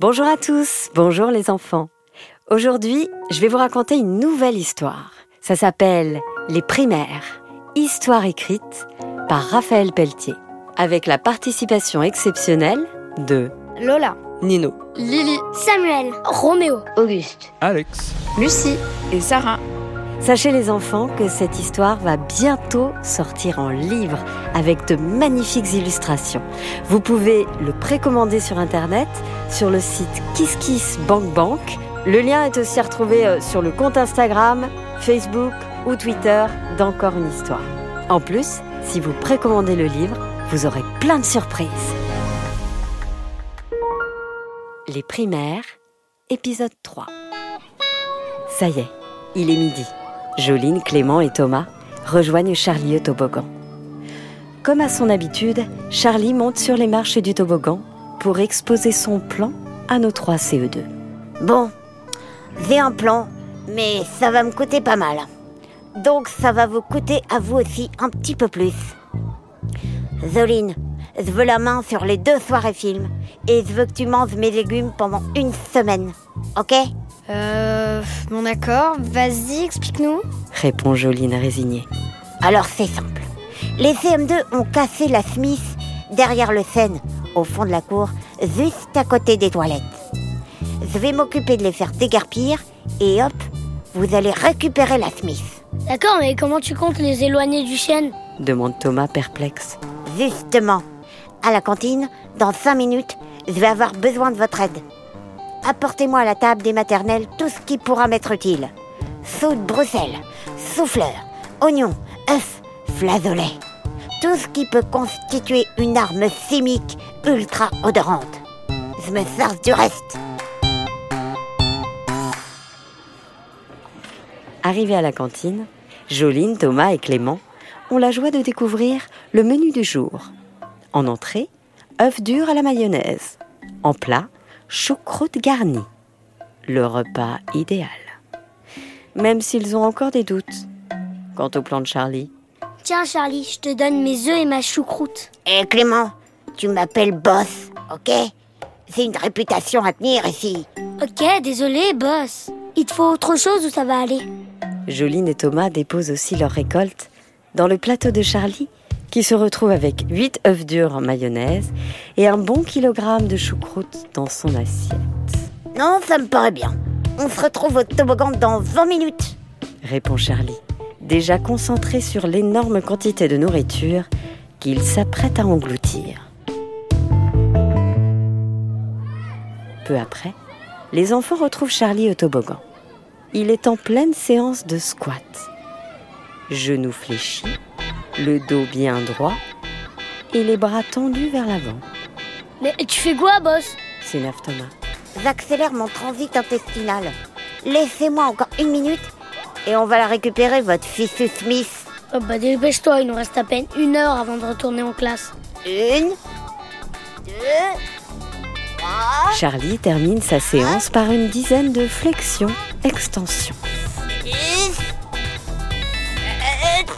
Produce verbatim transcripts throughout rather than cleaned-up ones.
Bonjour à tous, bonjour les enfants. Aujourd'hui, je vais vous raconter une nouvelle histoire. Ça s'appelle Les primaires, histoire écrite par Raphaël Pelletier, avec la participation exceptionnelle de Lola, Nino, Lily, Samuel, Roméo, Auguste, Alex, Lucie et Sarah. Sachez les enfants que cette histoire va bientôt sortir en livre avec de magnifiques illustrations. Vous pouvez le précommander sur internet, sur le site KissKissBankBank. Le lien est aussi à retrouver sur le compte Instagram, Facebook ou Twitter d'Encore une histoire. En plus, si vous précommandez le livre, vous aurez plein de surprises. Les primaires, épisode trois. Ça y est, il est midi. Joline, Clément et Thomas rejoignent Charlie au toboggan. Comme à son habitude, Charlie monte sur les marches du toboggan pour exposer son plan à nos trois C E deux. Bon, j'ai un plan, mais ça va me coûter pas mal. Donc ça va vous coûter à vous aussi un petit peu plus. Zoline, je veux la main sur les deux soirées films et je veux que tu manges mes légumes pendant une semaine, ok ? Euh... Bon d'accord, vas-y, explique-nous. Répond Joline résignée. Alors c'est simple. Les C M deux ont cassé la Smith derrière le Seine, au fond de la cour, juste à côté des toilettes. Je vais m'occuper de les faire déguerpir et hop, vous allez récupérer la Smith. D'accord, mais comment tu comptes les éloigner du chêne ? Demande Thomas perplexe. Justement, à la cantine, dans cinq minutes, je vais avoir besoin de votre aide. Apportez-moi à la table des maternelles tout ce qui pourra m'être utile. Soude Bruxelles, souffleur, oignons, œufs, flageolets. Tout ce qui peut constituer une arme chimique ultra odorante. Je me charge du reste. Arrivés à la cantine, Joline, Thomas et Clément ont la joie de découvrir le menu du jour. En entrée, œufs durs à la mayonnaise. En plat, choucroute garnie. Le repas idéal. Même s'ils ont encore des doutes quant au plan de Charlie. Tiens Charlie, je te donne mes œufs et ma choucroute. Eh Clément, tu m'appelles boss, ok ? C'est une réputation à tenir ici. Ok, désolé, boss. Il te faut autre chose ou ça va aller ? Joline et Thomas déposent aussi leur récolte dans le plateau de Charlie, qui se retrouve avec huit œufs durs en mayonnaise et un bon kilogramme de choucroute dans son assiette. Non, ça me paraît bien. On se retrouve au toboggan dans vingt minutes. Répond Charlie, déjà concentré sur l'énorme quantité de nourriture qu'il s'apprête à engloutir. Peu après, les enfants retrouvent Charlie au toboggan. Il est en pleine séance de squat. Genoux fléchis, le dos bien droit et les bras tendus vers l'avant. Mais tu fais quoi, boss ? S'énerve Thomas. J'accélère mon transit intestinal. Laissez-moi encore une minute et on va la récupérer, votre fils Smith. Oh bah dépêche-toi, il nous reste à peine une heure avant de retourner en classe. Une, deux, trois, Charlie termine sa séance par une dizaine de flexions, extensions. six, sept,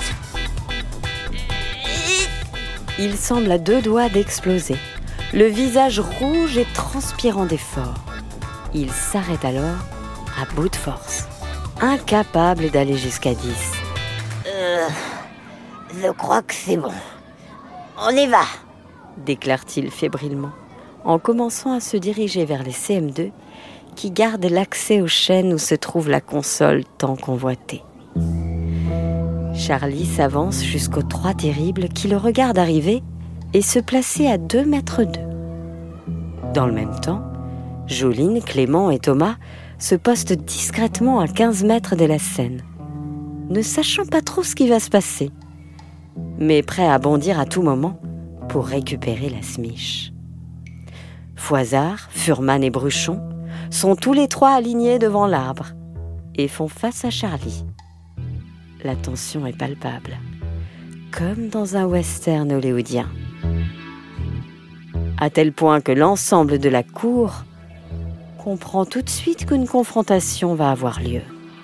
huit. Il semble à deux doigts d'exploser, le visage rouge et transpirant d'effort. Il s'arrête alors à bout de force, incapable d'aller jusqu'à dix. Euh, je crois que c'est bon. On y va, déclare-t-il fébrilement, en commençant à se diriger vers les C M deux qui gardent l'accès aux chaînes où se trouve la console tant convoitée. Charlie s'avance jusqu'aux trois terribles qui le regardent arriver et se placer à deux mètres d'eux. Dans le même temps, Joline, Clément et Thomas se postent discrètement à quinze mètres de la scène, ne sachant pas trop ce qui va se passer, mais prêts à bondir à tout moment pour récupérer la smiche. Fouazzard, Furman et Bruchon sont tous les trois alignés devant l'arbre et font face à Charlie. La tension est palpable, comme dans un western hollywoodien. À tel point que l'ensemble de la cour comprend tout de suite qu'une confrontation va avoir lieu.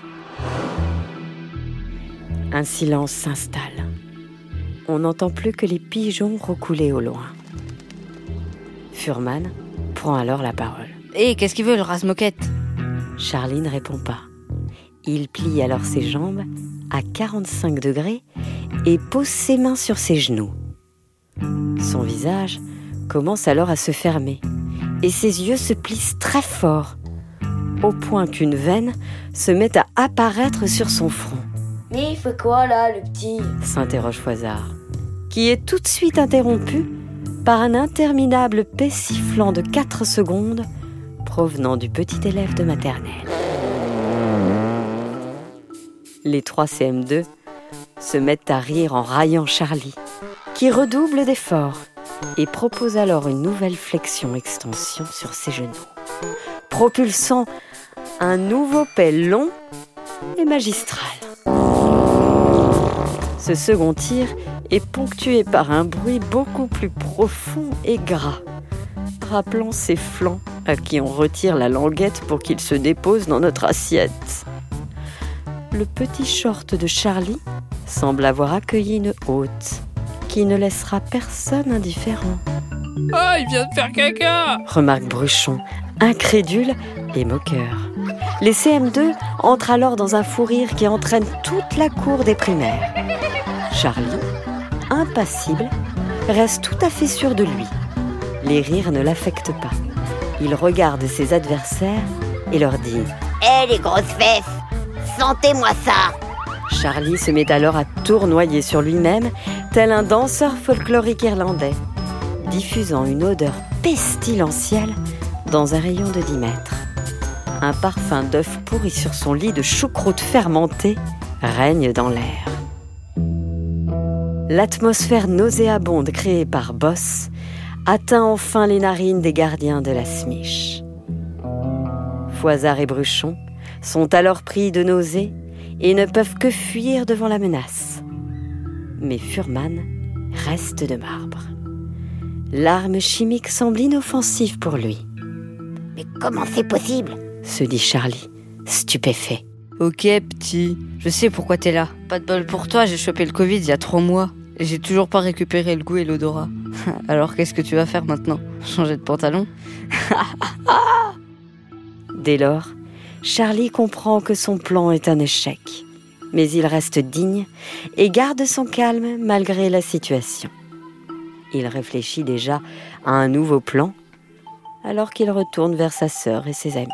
Un silence s'installe. On n'entend plus que les pigeons roucouler au loin. Furman prend alors la parole. Hé, qu'est-ce qu'il veut, le rase-moquette ? Charlie ne répond pas. Il plie alors ses jambes à quarante-cinq degrés et pose ses mains sur ses genoux. Son visage commence alors à se fermer et ses yeux se plissent très fort, au point qu'une veine se met à apparaître sur son front. « Mais il fait quoi là, le petit ?» s'interroge Fouazzard, qui est tout de suite interrompu par un interminable paix sifflant de quatre secondes provenant du petit élève de maternelle. Les trois C M deux se mettent à rire en raillant Charlie, qui redouble d'efforts et propose alors une nouvelle flexion-extension sur ses genoux, propulsant un nouveau paix long et magistral. Ce second tir est ponctué par un bruit beaucoup plus profond et gras, rappelant ses flancs à qui on retire la languette pour qu'il se dépose dans notre assiette. Le petit short de Charlie semble avoir accueilli une hôte qui ne laissera personne indifférent. « Ah, il vient de faire caca !» remarque Bruchon, incrédule et moqueur. Les C M deux entrent alors dans un fou rire qui entraîne toute la cour des primaires. Charlie, impassible, reste tout à fait sûr de lui. Les rires ne l'affectent pas. Il regarde ses adversaires et leur dit « Hé, les grosses fesses, sentez-moi ça !» Charlie se met alors à tournoyer sur lui-même, tel un danseur folklorique irlandais, diffusant une odeur pestilentielle dans un rayon de dix mètres. Un parfum d'œuf pourri sur son lit de choucroute fermentée règne dans l'air. L'atmosphère nauséabonde créée par Boss atteint enfin les narines des gardiens de la Smiche. Fouazzard et Bruchon sont alors pris de nausées et ne peuvent que fuir devant la menace. Mais Fuhrmann reste de marbre. L'arme chimique semble inoffensive pour lui. « Mais comment c'est possible ?» se dit Charlie, stupéfait. Ok, petit, je sais pourquoi t'es là. Pas de bol pour toi, j'ai chopé le Covid il y a trois mois. Et j'ai toujours pas récupéré le goût et l'odorat. Alors qu'est-ce que tu vas faire maintenant ? Changer de pantalon ? Dès lors, Charlie comprend que son plan est un échec. Mais il reste digne et garde son calme malgré la situation. Il réfléchit déjà à un nouveau plan, alors qu'il retourne vers sa sœur et ses amis.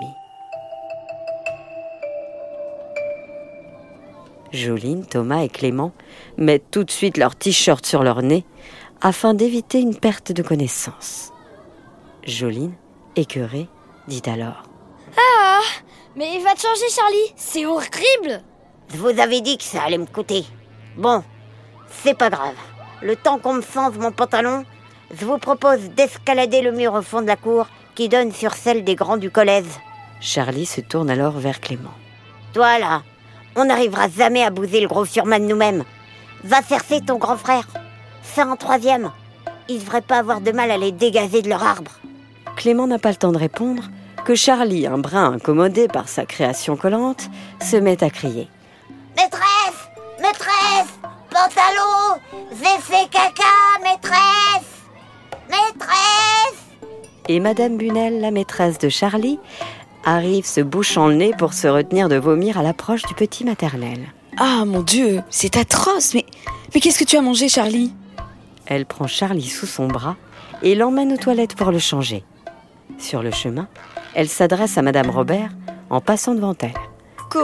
Joline, Thomas et Clément mettent tout de suite leur t-shirt sur leur nez afin d'éviter une perte de connaissance. Joline, écœurée, dit alors « Ah, mais il va te changer, Charlie, c'est horrible !» Je vous avais dit que ça allait me coûter. Bon, c'est pas grave. Le temps qu'on me change mon pantalon, je vous propose d'escalader le mur au fond de la cour qui donne sur celle des grands du collège. Charlie se tourne alors vers Clément. Toi là, on n'arrivera jamais à bouser le gros Fuhrmann nous-mêmes. Va chercher ton grand frère. C'est en troisième. Ils devraient pas avoir de mal à les dégager de leur arbre. Clément n'a pas le temps de répondre que Charlie, un brin incommodé par sa création collante, se met à crier. Maîtresse, maîtresse, pantalon, j'ai fait caca, maîtresse, maîtresse. Et Madame Bunel, la maîtresse de Charlie, arrive se bouchant le nez pour se retenir de vomir à l'approche du petit maternel. Ah mon Dieu, c'est atroce, mais, mais qu'est-ce que tu as mangé, Charlie ? Elle prend Charlie sous son bras et l'emmène aux toilettes pour le changer. Sur le chemin, elle s'adresse à Madame Robert en passant devant elle. Corinne !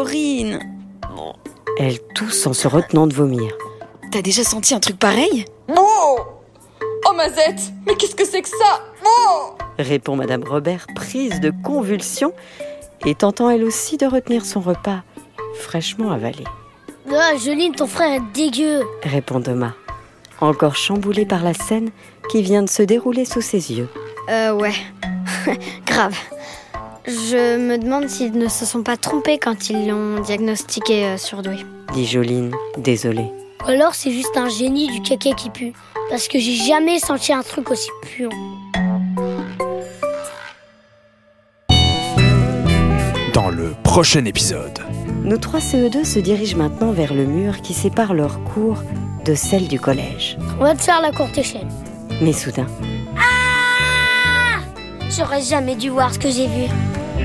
Elle tousse en se retenant de vomir. T'as déjà senti un truc pareil ? Oh Oh Mazette, mais qu'est-ce que c'est que ça ? Oh Répond Madame Robert, prise de convulsions et tentant elle aussi de retenir son repas fraîchement avalé. Ah, Joline, ton frère est dégueu. Répond Thomas, encore chamboulé par la scène qui vient de se dérouler sous ses yeux. Euh, ouais. Grave. Je me demande s'ils ne se sont pas trompés quand ils l'ont diagnostiqué euh, surdoué. Dit Joline, désolée. Ou alors c'est juste un génie du caca qui pue. Parce que j'ai jamais senti un truc aussi puant. Dans le prochain épisode. Nos trois C E deux se dirigent maintenant vers le mur qui sépare leur cour de celle du collège. On va te faire la courte échelle. Mais soudain, J'aurais jamais dû voir ce que j'ai vu.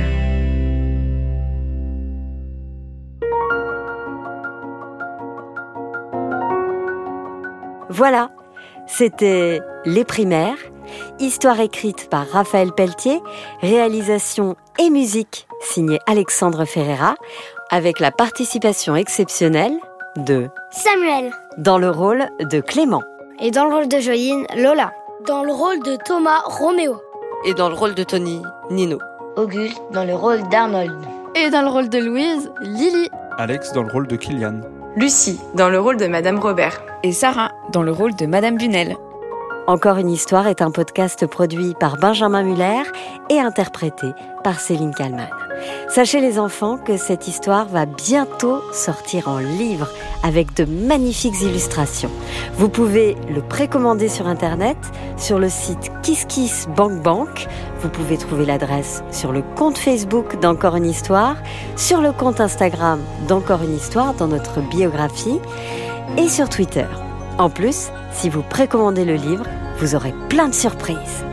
Voilà, c'était Les Primaires, histoire écrite par Raphaël Pelletier, réalisation et musique signée Alexandre Ferreira, avec la participation exceptionnelle de Samuel. dans le rôle de Clément. Et dans le rôle de Joline, Lola. Dans le rôle de Thomas, Roméo. Et dans le rôle de Tony, Nino. Auguste dans le rôle d'Arnold. Et dans le rôle de Louise, Lily. Alex dans le rôle de Kylian. Lucie, dans le rôle de Madame Robert. Et Sarah, dans le rôle de Madame Bunel. Encore une histoire est un podcast produit par Benjamin Muller et interprété par Céline Kallmann. Sachez les enfants que cette histoire va bientôt sortir en livre avec de magnifiques illustrations. Vous pouvez le précommander sur internet, sur le site KissKissBankBank. Vous pouvez trouver l'adresse sur le compte Facebook d'Encore une histoire, sur le compte Instagram d'Encore une histoire dans notre biographie et sur Twitter. En plus, si vous précommandez le livre, vous aurez plein de surprises.